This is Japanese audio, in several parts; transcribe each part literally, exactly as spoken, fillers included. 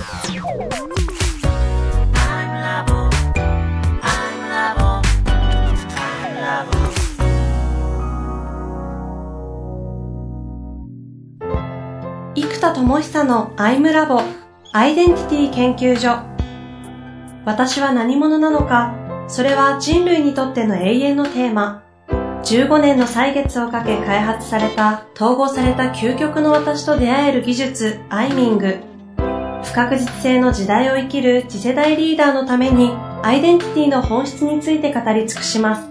生田智久のアイムラボアイデンティティ研究所。私は何者なのか、それは人類にとっての永遠のテーマ。じゅうごねんの歳月をかけ開発された統合された究極の私と出会える技術アイミング。不確実性の時代を生きる次世代リーダーのためにアイデンティティの本質について語り尽くします。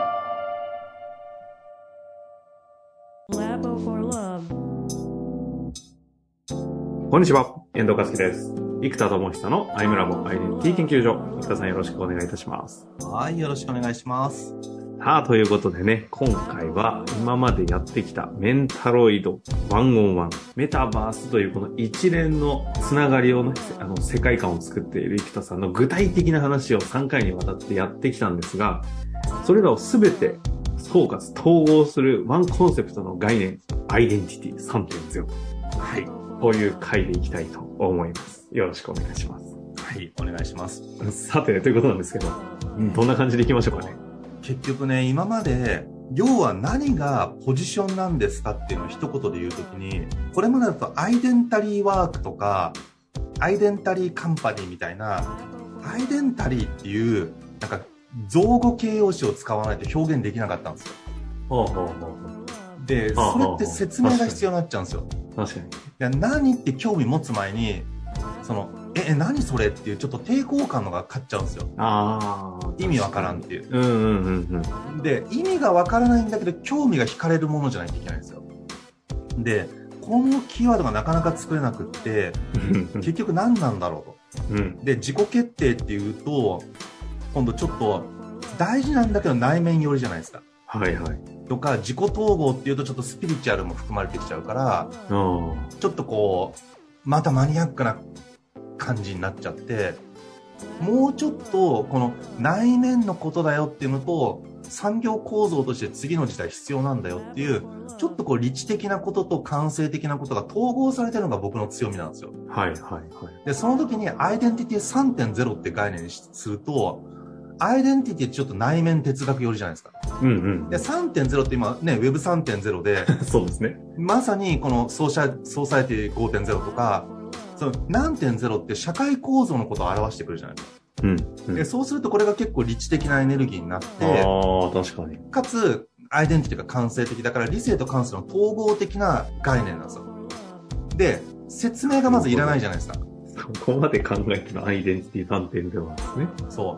こんにちは、遠藤和樹です。生田智久のアイムラボアイデンティティ研究所。生田さんよろしくお願いいたします。 はい、よろしくお願いします。 さあ、ということでね、今回は今までやってきたメンタロイドひゃくじゅういち、メタバースというこの一連のつながりをね、あの世界観を作っている生田さんの具体的な話をさんかいにわたってやってきたんですが、それらをすべて総括、統合するワンコンセプトの概念、アイデンティティ さんてんゼロ。はい。こういう回でいきたいと思います。よろしくお願いします。 はい、お願いします。 さて、ということなんですけど、うん、どんな感じでいきましょうかね。 結局ね、今まで、要は何がポジションなんですかっていうのを一言で言うときに、これまでだとアイデンタリーワークとか、アイデンタリーカンパニーみたいな、アイデンタリーっていう、なんか、造語形容詞を使わないと表現できなかったんですよ。 ほうほうほう。 で、それって説明が必要になっちゃうんですよ。 確かに。いや、何って興味持つ前に、その、え、何それっていうちょっと抵抗感のが勝っちゃうんですよ。 ああ。 意味わからんっていう。 うんうんうんうん。 で、意味がわからないんだけど、興味が惹かれるものじゃないといけないんですよ。で、このキーワードがなかなか作れなくって、結局何なんだろうと。うん、で、自己決定っていうと、今度ちょっと大事なんだけど内面寄りじゃないですか。 はいはい。 とか、自己統合っていうとちょっとスピリチュアルも含まれてきちゃうから、ちょっとこう、またマニアックな感じになっちゃって、もうちょっとこの内面のことだよっていうのと、産業構造として次の時代必要なんだよっていう、ちょっとこう理知的なことと感性的なことが統合されてるのが僕の強みなんですよ。 はいはいはい。 で、その時にアイデンティティ さんてんゼロ って概念にすると、アイデンティティってちょっと内面哲学寄りじゃないですか。うんうん。で、さんてんゼロ って今ね、ウェブさんてんゼロ で、 そうですね。 まさにこのソーシャル、ソーサイティ ごてんゼロ とか、その何点ゼロって社会構造のことを表してくるじゃないですか。うん、うん。で、そうするとこれが結構理知的なエネルギーになって、 ああ、確かに。 かつ、アイデンティティが感性的だから理性と感性の統合的な概念なんですよ。で、説明がまずいらないじゃないですか。 そこまで考えてのアイデンティティ さんてんゼロ なんですね。 そう。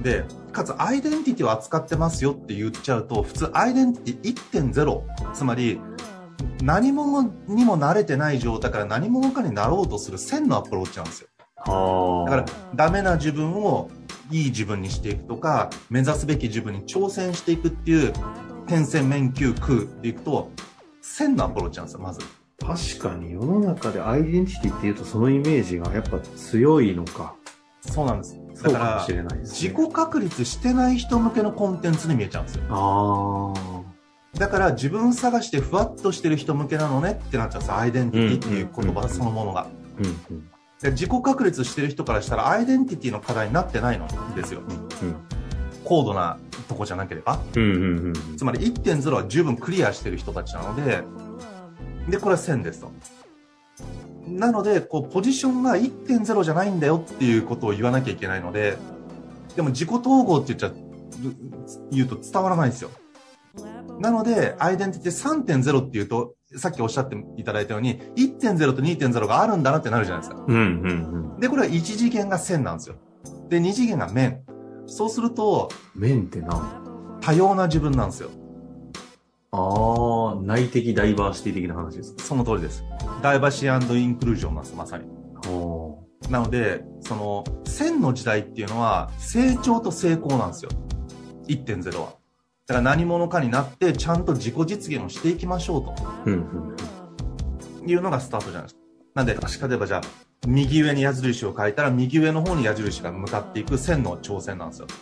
で、かつアイデンティティを扱ってますよって言っちゃうと、普通アイデンティティ いってんゼロ、つまり何者にも慣れてない状態から何者かになろうとする線のアプローチなんですよ。だからダメな自分をいい自分にしていくとか、目指すべき自分に挑戦していくっていう点線面球空でいくと線のアプローチなんですよ、まず。 確かに世の中でアイデンティティっていうとそのイメージがやっぱ強いのか。 そうなんです。だから、ね、自己確立してない人向けのコンテンツに見えちゃうんですよ。あだから自分探してふわっとしてる人向けなのねってなっちゃうんですよ。アイデンティティっていう言葉そのものが。うんうんで自己確立してる人からしたらアイデンティティの課題になってないのですよ。うんうん、高度なとこじゃなければ。うんうんうん、つまり いってんゼロ は十分クリアしてる人たちなので、で、これは線ですと。なので、こう、ポジションが いってんゼロ じゃないんだよっていうことを言わなきゃいけないので、でも自己統合って言っちゃ、言うと伝わらないんですよ。なので、アイデンティティ さんてんゼロ っていうと、さっきおっしゃっていただいたように、いってんゼロ と にてんゼロ があるんだなってなるじゃないですか。うんうんうん、で、これはいち次元が線なんですよ。で、に次元が面。そうすると、 面って何？ 多様な自分なんですよ。 ああ、内的ダイバーシティ的な話ですか？ その通りです。ダイバーシティ&インクルージョンなんです、まさに。なので、その、線の時代っていうのは、成長と成功なんですよ。いってんゼロ は。だから何者かになってちゃんと自己実現をしていきましょうと、うんうんうん、いうのがスタートじゃないですか。なんで例えばじゃあ右上に矢印を書いたら右上の方に矢印が向かっていく線の挑戦なんですよ。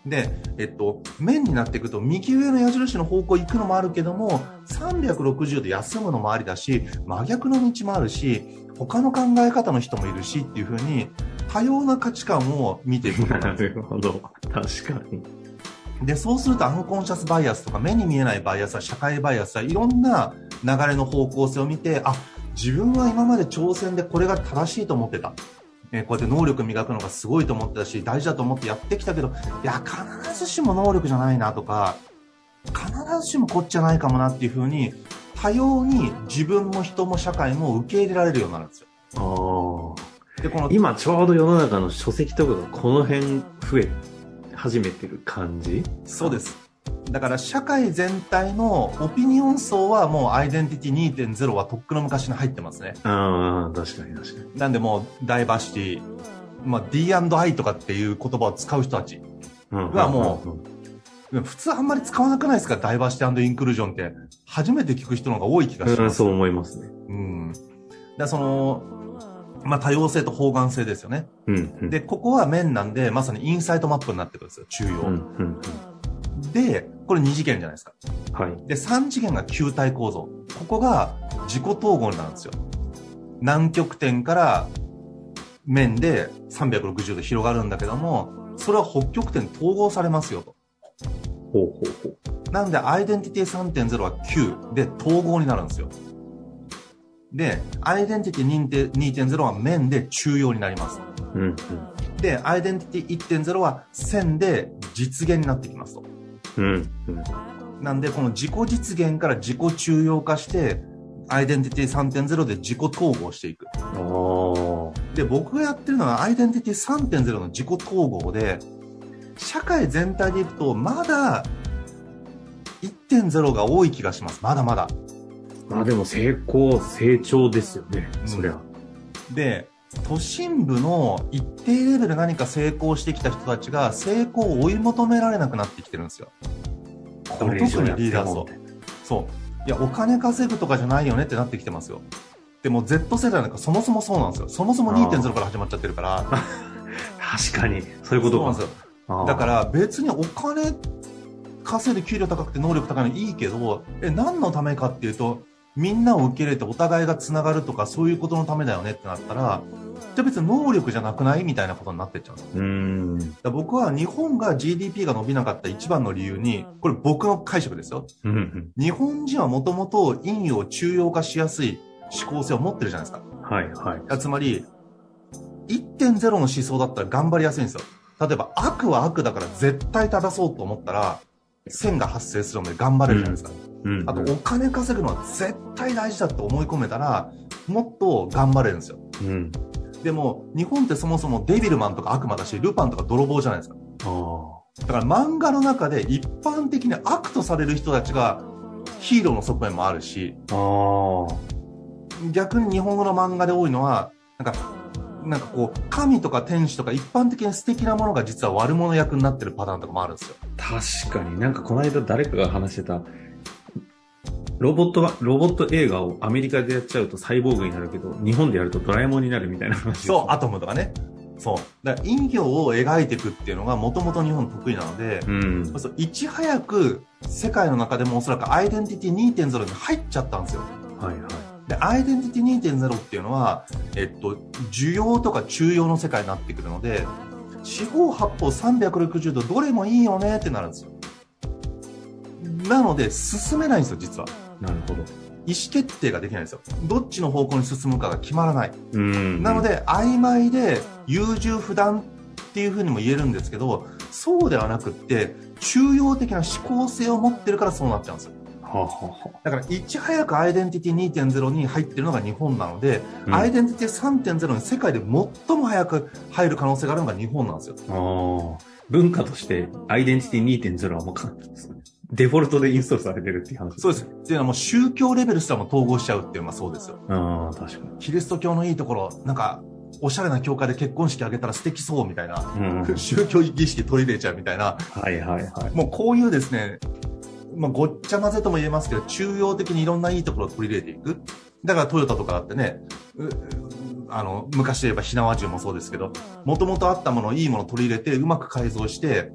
で、えっと、面になっていくと右上の矢印の方向行くのもあるけども、さんびゃくろくじゅうど休むのもありだし、真逆の道もあるし、他の考え方の人もいるしっていう風に、多様な価値観を見ていくことなんです。 なるほど。確かに。 で、そうするとアンコンシャスバイアスとか目に見えないバイアスや社会バイアスやいろんな流れの方向性を見て、あ、自分は今まで挑戦でこれが正しいと思ってた。えー、こうやって能力磨くのがすごいと思ってたし、大事だと思ってやってきたけど、いや、必ずしも能力じゃないなとか、必ずしもこっちじゃないかもなっていう風に、多様に自分も人も社会も受け入れられるようになるんですよ。 あでこの今ちょうど世の中の書籍とかがこの辺増え始めてる感じ？ そうです。だから社会全体のオピニオン層はもうアイデンティティ にてんゼロ はとっくの昔に入ってますね。 ああ、確かに確かに。 なんでもうダイバーシティ、まあ ディーアンドアイ とかっていう言葉を使う人たちはもう、うんうんうん、普通あんまり使わなくないですか？ダイバーシティ&インクルージョンって初めて聞く人の方が多い気がします。 うん、そう思いますね。 うん。だそのまあ多様性と包含性ですよね。 うんうん、 でここは面なんでまさにインサイトマップになってくるんですよ。中央。うんうんうん、でこれに次元じゃないですか。 はい。 でさん次元が球体構造。ここが自己統合になるんですよ。南極点から面でさんびゃくろくじゅうど広がるんだけども、それは北極点統合されますよと。 ほうほうほう。なんでアイデンティティ さんてんゼロ は球で統合になるんですよ。で、アイデンティティ にてんゼロ は面で中央になります。 うんうん、 で、アイデンティティ いってんゼロ は線で実現になってきますと。 うんうん、 なんで、この自己実現から自己中央化して、アイデンティティ さんてんゼロ で自己統合していく。で、僕がやってるのはアイデンティティ さんてんゼロ の自己統合で、社会全体でいくと、まだ いってんゼロ が多い気がします。まだまだ。 まあでも成功、成長ですよね、うん、そりゃ。 で、都心部の一定レベル何か成功してきた人たちが成功を追い求められなくなってきてるんですよ。これ特にリーダー層。そう。いや、お金稼ぐとかじゃないよねってなってきてますよ。でも Z 世代なんかそもそもそうなんですよ。そもそも にてんゼロ から始まっちゃってるから。 確かに。そういうことか。 そうなんですよ。だから別にお金稼いで給料高くて能力高いのいいけど、え、何のためかっていうと、みんなを受け入れてお互いがつながるとかそういうことのためだよねってなったら、じゃあ別に能力じゃなくないみたいなことになってっちゃうんですよ。 うーん。 だ僕は日本が ジーディーピー が伸びなかった一番の理由に、これ僕の解釈ですよ。 うんうん、 日本人はもともと陰陽中央化しやすい思考性を持ってるじゃないですか。 はいはい。 つまり、いってんゼロ の思想だったら頑張りやすいんですよ。例えば悪は悪だから絶対正そうと思ったら、線が発生するので頑張れるじゃないですか。うんうんうん、あとお金稼ぐのは絶対大事だって思い込めたら、もっと頑張れるんですよ。 うん、 でも、日本ってそもそもデビルマンとか悪魔だし、ルパンとか泥棒じゃないですか。 あだから漫画の中で一般的に悪とされる人たちがヒーローの側面もあるし、 あ逆に日本語の漫画で多いのは、なんか、なんかこう、神とか天使とか一般的に素敵なものが実は悪者役になってるパターンとかもあるんですよ。 確かになんかこの間誰かが話してた、ロボットが、ロボット映画をアメリカでやっちゃうとサイボーグになるけど、日本でやるとドラえもんになるみたいな話。 そう、アトムとかね。そう。だから陰陽を描いていくっていうのがもともと日本得意なので、 うん、 そういち早く世界の中でもおそらくアイデンティティ にてんゼロ に入っちゃったんですよ。 はいはい。 で、アイデンティティ にてんゼロ っていうのは、えっと、需要とか中庸の世界になってくるので、四方八方さんびゃくろくじゅうどどれもいいよねってなるんですよ。なので、進めないんですよ、実は。 なるほど。 意思決定ができないんですよ。どっちの方向に進むかが決まらない。 うん。 なので、曖昧で優柔不断っていうふうにも言えるんですけど、そうではなくって、中庸的な思考性を持ってるからそうなっちゃうんですよ。 はあはあ、 だからいち早くアイデンティティ にてんゼロ に入ってるのが日本なので、うん、アイデンティティ さんてんゼロ に世界で最も早く入る可能性があるのが日本なんですよ。 あ文化としてアイデンティティ にてんゼロ はもうデフォルトでインストールされてるっていう話です。 そうです。っていうのはもう宗教レベルすらも統合しちゃうっていうのはそうですよ。 あ確かに。 キリスト教のいいところ、なんかおしゃれな教会で結婚式あげたら素敵そうみたいな、うん、宗教儀式取り入れちゃうみたいな。 はいはいはい。 もうこういうですね、まあ、ごっちゃ混ぜとも言えますけど、中庸的にいろんないいところを取り入れていく。だからトヨタとかだってね、あの、昔で言えば火縄銃もそうですけど、もともとあったものをいいものを取り入れて、うまく改造して、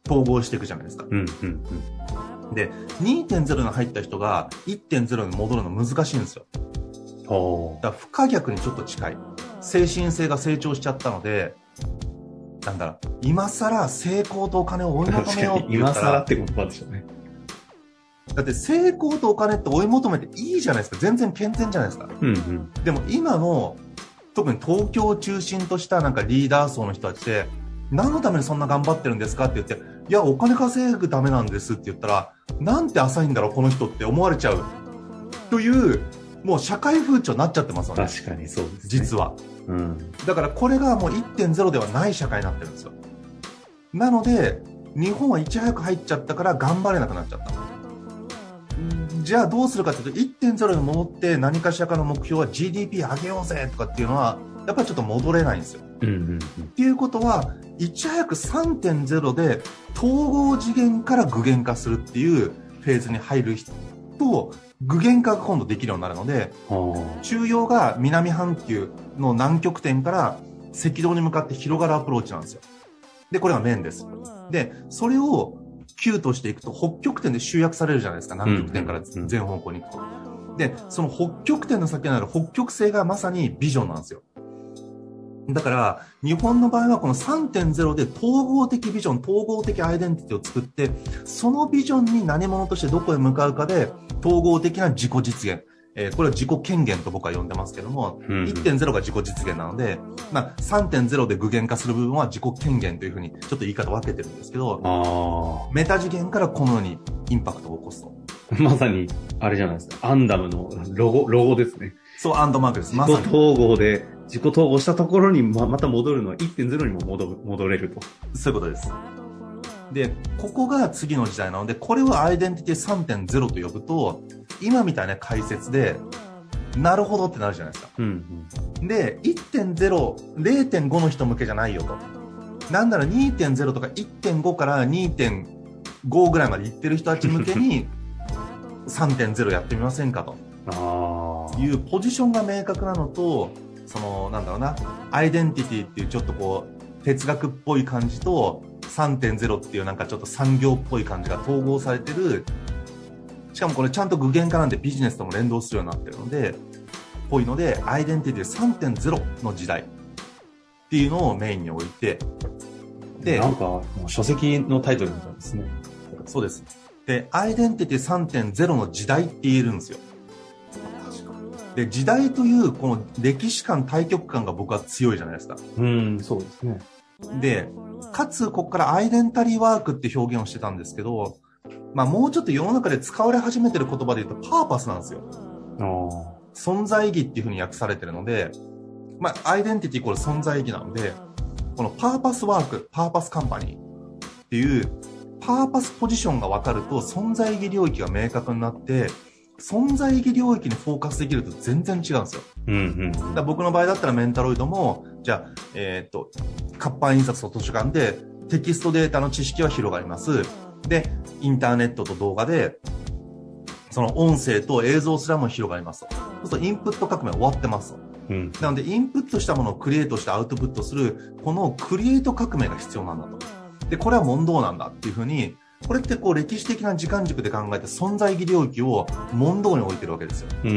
統合していくじゃないですか。 うんうんうん、 で、にてんゼロ に入った人が いってんゼロ に戻るの難しいんですよ。だから不可逆にちょっと近い。精神性が成長しちゃったので、なんだろう、今更成功とお金を追い求めようって言ったら。 今更って言葉でしょうね。 だって成功とお金って追い求めていいじゃないですか。全然健全じゃないですか。 うんうん、 でも今の、特に東京を中心としたなんかリーダー層の人たちで、何のためにそんな頑張ってるんですかって言って、いや、お金稼ぐためなんですって言ったら、なんて浅いんだろう、この人って思われちゃう。という、もう社会風潮になっちゃってますよね。 確かにそうですね。 実は。 うん。 だからこれがもう いってんゼロ ではない社会になってるんですよ。なので、日本はいち早く入っちゃったから頑張れなくなっちゃった。じゃあどうするかというと いってんゼロ に戻って何かしらかの目標は ジーディーピー 上げようぜとかっていうのはやっぱりちょっと戻れないんですよ。 うんうんうん、 っていうことはいち早く さんてんゼロ で統合次元から具現化するっていうフェーズに入る人と具現化が今度できるようになるので、中央が南半球の南極点から赤道に向かって広がるアプローチなんですよ。で、これが面です。で、それを球としていくと北極点で集約されるじゃないですか。南極点から全方向に行くと。で、その北極点の先にある北極星がまさにビジョンなんですよ。だから、日本の場合はこの さんてんゼロ で統合的ビジョン、統合的アイデンティティを作って、そのビジョンに何者としてどこへ向かうかで、統合的な自己実現。えー、これは自己権限と僕は呼んでますけども、うんうん、いってんゼロ が自己実現なので、まあ、さんてんゼロ で具現化する部分は自己権限というふうにちょっと言い方を分けてるんですけど、 あメタ次元からこのようにインパクトを起こすと。 まさに、あれじゃないですか。アンダムのロゴ、ロゴですね。 そう、アンドマークです。まさに。 自己統合で、自己統合したところにま、また戻るのは いってんゼロ にも戻る、戻れると。 そういうことです。で、ここが次の時代なので、これをアイデンティティ さんてんゼロ と呼ぶと、今みたいな解説で、なるほどってなるじゃないですか。 うんうん、 で、いってんゼロ、れいてんご の人向けじゃないよと。なんなら にてんゼロ とか いってんご から にてんご ぐらいまでいってる人たち向けに さんてんゼロ やってみませんかと。 あいうポジションが明確なのと、その、なんだろうな、アイデンティティっていうちょっとこう、哲学っぽい感じと さんてんゼロ っていうなんかちょっと産業っぽい感じが統合されてる。しかもこれちゃんと具現化なんでビジネスとも連動するようになってるので、ぽいので、アイデンティティ さんてんゼロ の時代っていうのをメインに置いて、 で、なんか、もう書籍のタイトルみたいですね。 そうです。で、アイデンティティ さんてんゼロ の時代って言えるんですよ。で、時代というこの歴史観、大局観が僕は強いじゃないですか。 うん、そうですね。 で、かつ、ここからアイデンタリーワークって表現をしてたんですけど、まあもうちょっと世の中で使われ始めてる言葉で言うとパーパスなんですよ。 あ存在意義っていう風に訳されてるので、まあアイデンティティイコール存在意義なので、このパーパスワーク、パーパスカンパニーっていうパーパスポジションが分かると存在意義領域が明確になって、存在意義領域にフォーカスできると全然違うんですよ。 うんうん、だから僕の場合だったらメンタロイドも、じゃあ、えー、っと、活版印刷と図書館でテキストデータの知識は広がります。で、インターネットと動画で、その音声と映像すらも広がりますと。そうするとインプット革命終わってますと。 うん、 なので、インプットしたものをクリエイトしてアウトプットする、このクリエイト革命が必要なんだと。で、これは問答なんだっていうふうに、これってこう歴史的な時間軸で考えて存在意義領域を問答に置いてるわけですよ。 うんうんうん、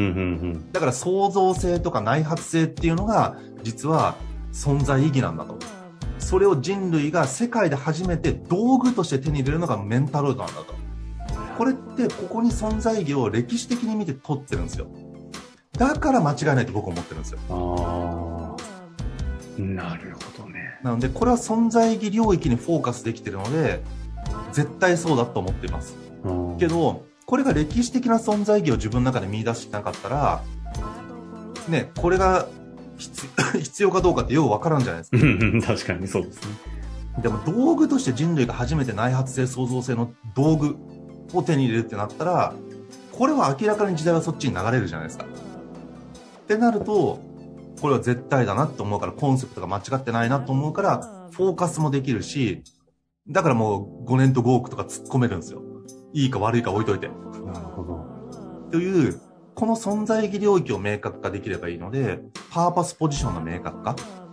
だから創造性とか内発性っていうのが実は存在意義なんだと。それを人類が世界で初めて道具として手に入れるのがメンタロイドなんだと。これってここに存在意義を歴史的に見て取ってるんですよ。だから間違いないと僕は思ってるんですよ。 ああ、なるほどね。 なのでこれは存在意義領域にフォーカスできてるので絶対そうだと思っています。けどこれが歴史的な存在意義を自分の中で見出してなかったらね、これが必, 必要かどうかってようわからんじゃないですか。確かにそうですね。 でも道具として人類が初めて内発性創造性の道具を手に入れるってなったらこれは明らかに時代はそっちに流れるじゃないですか。ってなるとこれは絶対だなって思うからコンセプトが間違ってないなと思うからフォーカスもできるし、だからもうごねんとごおくとか突っ込めるんですよ。いいか悪いか置いといて。 なるほど。 というこの存在意義領域を明確化できればいいので、パーパスポジションの明確化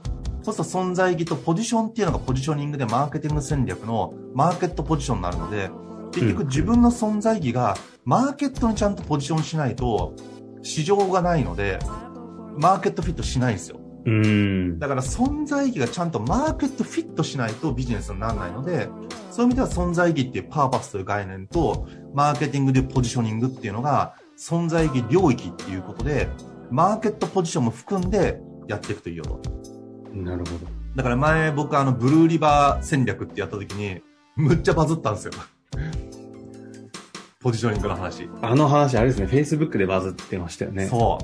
そうすると存在意義とポジションっていうのがポジショニングでマーケティング戦略のマーケットポジションになるので、結局自分の存在意義がマーケットにちゃんとポジションしないと市場がないので、マーケットフィットしないんですよ。 うーん。 だから存在意義がちゃんとマーケットフィットしないとビジネスにならないので、そういう意味では存在意義っていうパーパスという概念と、マーケティングでポジショニングっていうのが存在意義領域っていうことで、マーケットポジションも含んでやっていくといいよと。 なるほど。 だから前僕あのブルーリバー戦略ってやった時にむっちゃバズったんですよ。ポジショニングの話。 あの話あれですね、Facebook でバズってましたよね。 そう。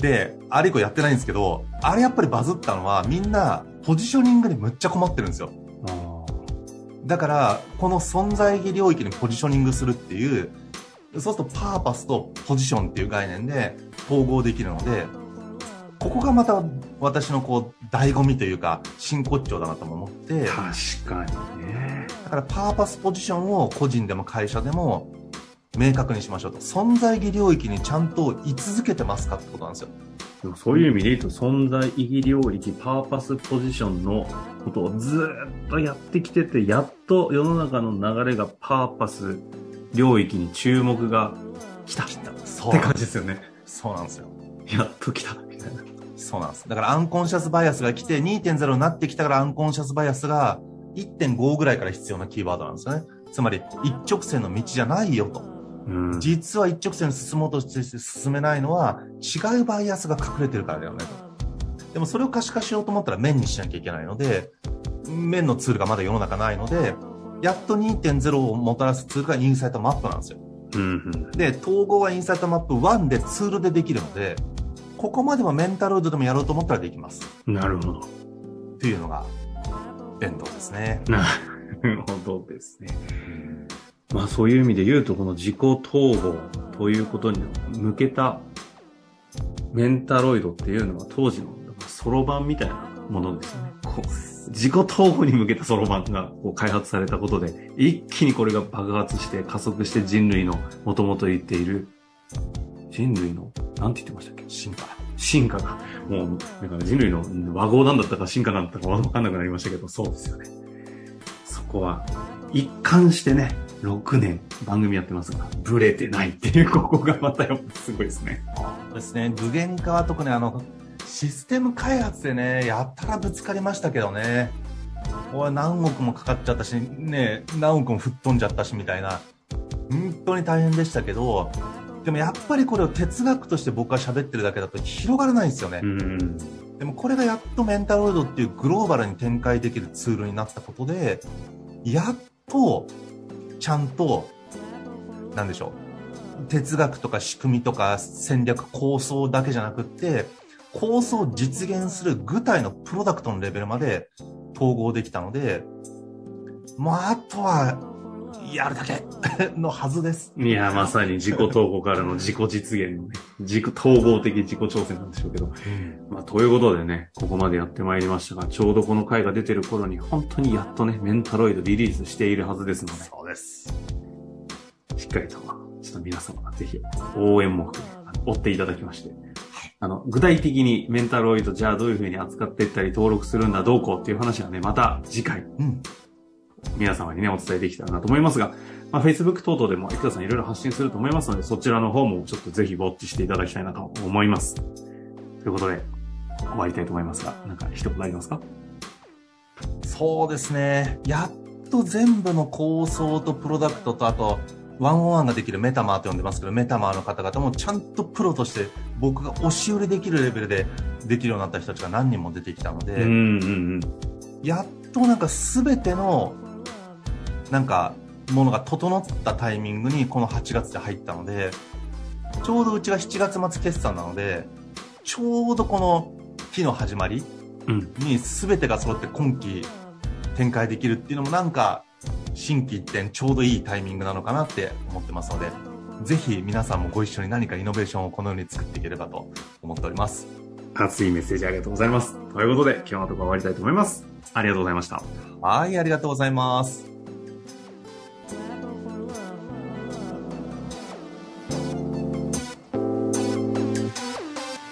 で、あれ以降やってないんですけど、あれやっぱりバズったのはみんなポジショニングにむっちゃ困ってるんですよ。 あだからこの存在意義領域にポジショニングするっていう、そうするとパーパスとポジションっていう概念で統合できるので、ここがまた私のこう醍醐味というか真骨頂だなとも思って。 確かにね。 だからパーパスポジションを個人でも会社でも明確にしましょうと。存在意義領域にちゃんと居続けてますかってことなんですよ。 でもそういう意味で言うと、存在意義領域、パーパスポジションのことをずーっとやってきてて、やっと世の中の流れがパーパス領域に注目が来た。来た。 そう。 って感じですよね。 そうなんですよ。 やっと来た。みたいな。 そうなんです。だからアンコンシャスバイアスが来て にてんゼロ になってきたからアンコンシャスバイアスが いってんご ぐらいから必要なキーワードなんですよね。つまり一直線の道じゃないよと。うん、実は一直線に進もうとして進めないのは違うバイアスが隠れてるからだよねと。でもそれを可視化しようと思ったら面にしなきゃいけないので、面のツールがまだ世の中ないので、やっと にてんゼロ をもたらすツールがインサイトマップなんですよ。うんうん、で、統合はインサイトマップワンでツールでできるので、ここまではメンタロイドでもやろうと思ったらできます。 なるほど。 というのが弁当ですね。 なるほどですね。まあそういう意味で言うと、この自己統合ということに向けたメンタロイドっていうのは当時のソロ版みたいなものですよね。こう自己統合に向けたソロ版がこう開発されたことで、一気にこれが爆発して加速して人類のもともと言っている人類の、なんて言ってましたっけ？ 進化。 進化が。もう、だから人類の和合なんだったか進化なんだったかわかんなくなりましたけど、そうですよね。そこは、一貫してね、ろくねん番組やってますが、ブレてないっていう、ここがまたやっぱすごいですね。 そうですね。具現化は特にあの、システム開発でね、やったらぶつかりましたけどね。これ何億もかかっちゃったし、ね、何億も吹っ飛んじゃったしみたいな。本当に大変でしたけど、でもやっぱりこれを哲学として僕が喋ってるだけだと広がらないんですよね。うん、でもこれがやっとメンタロイドっていうグローバルに展開できるツールになったことで、やっとちゃんと、なんでしょう。哲学とか仕組みとか戦略構想だけじゃなくって、構想を実現する具体のプロダクトのレベルまで統合できたので、もうあとはやるだけのはずです。 いや、まさに自己統合からの自己実現のね、自己統合的自己挑戦なんでしょうけど。うん、まあ、ということでね、ここまでやってまいりましたが、ちょうどこの回が出てる頃に本当にやっとね、メンタロイドリリースしているはずですので。 そうです。 しっかりと、ちょっと皆様がぜひ応援も含め、追っていただきまして。あの、具体的にメンタロイドじゃあどういう風に扱っていったり登録するんだどうこうっていう話はね、また次回。うん皆様にね、お伝えできたらなと思いますが、まあ、Facebook 等々でも生田さんいろいろ発信すると思いますので、そちらの方もちょっとぜひウォッチしていただきたいなと思います。ということで、終わりたいと思いますが、なんか一言ありますか？ そうですね。やっと全部の構想とプロダクトと、あと、ワンオンワンができるメタマーと呼んでますけど、メタマーの方々もちゃんとプロとして僕が押し売りできるレベルでできるようになった人たちが何人も出てきたので、うんうんうん、やっとなんか全てのなんかものが整ったタイミングにこのはちがつで入ったので、ちょうどうちがしちがつ末決算なので、ちょうどこの期の始まりに全てが揃って今期展開できるっていうのもなんか心機一転ちょうどいいタイミングなのかなって思ってますので、ぜひ皆さんもご一緒に何かイノベーションをこのように作っていければと思っております。 熱いメッセージありがとうございます。ということで今日のところ終わりたいと思います。ありがとうございました。 はい、ありがとうございます。